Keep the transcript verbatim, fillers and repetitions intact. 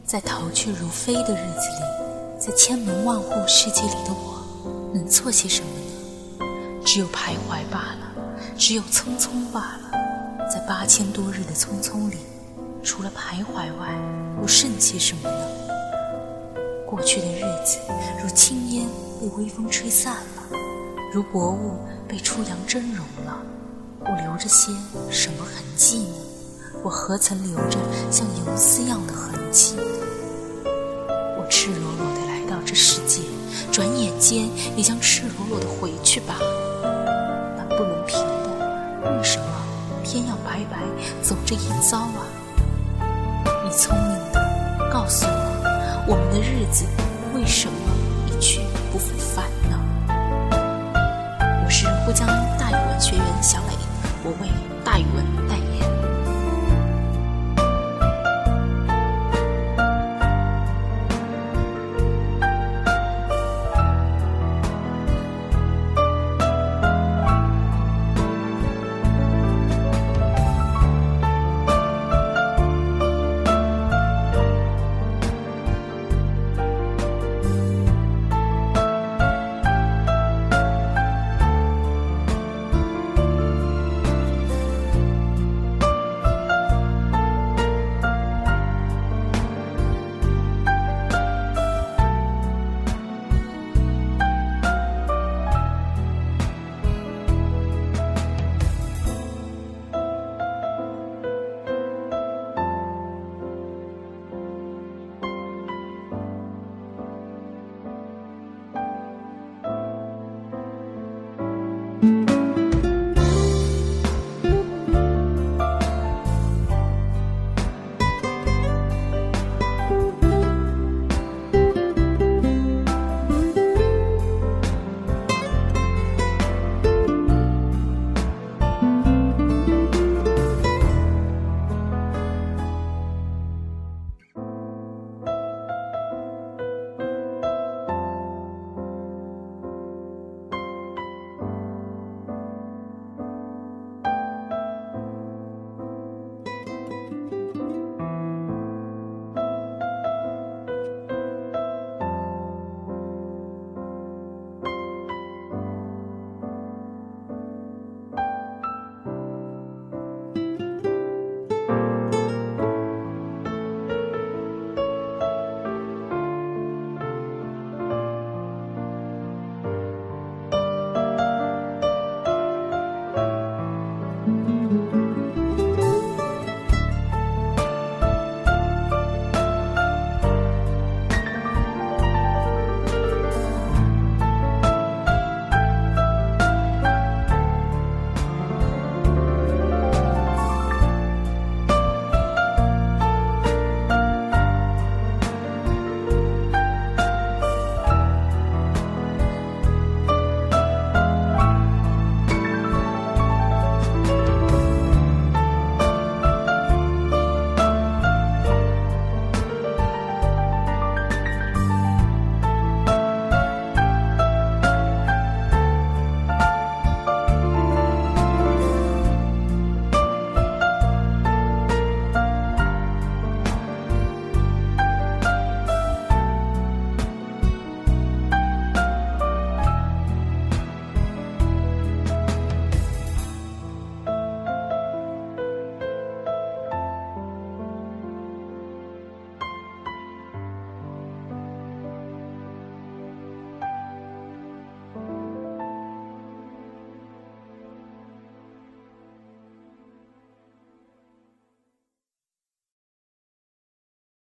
在逃却如飞的日子里，在千门万户世界里的我，能做些什么呢？只有徘徊罢了，只有匆匆罢了。在八千多日的匆匆里，除了徘徊外，又剩些什么呢？过去的日子如轻烟被微风吹散了，如薄雾被初阳蒸融了。我留着些什么痕迹呢？我何曾留着像游丝样的痕迹？我赤裸裸地来到这世界，转眼间也将赤裸裸地回去吧。但不能平的，为什么偏要白白走这一遭啊？你聪明的告诉我，我们的日子为什么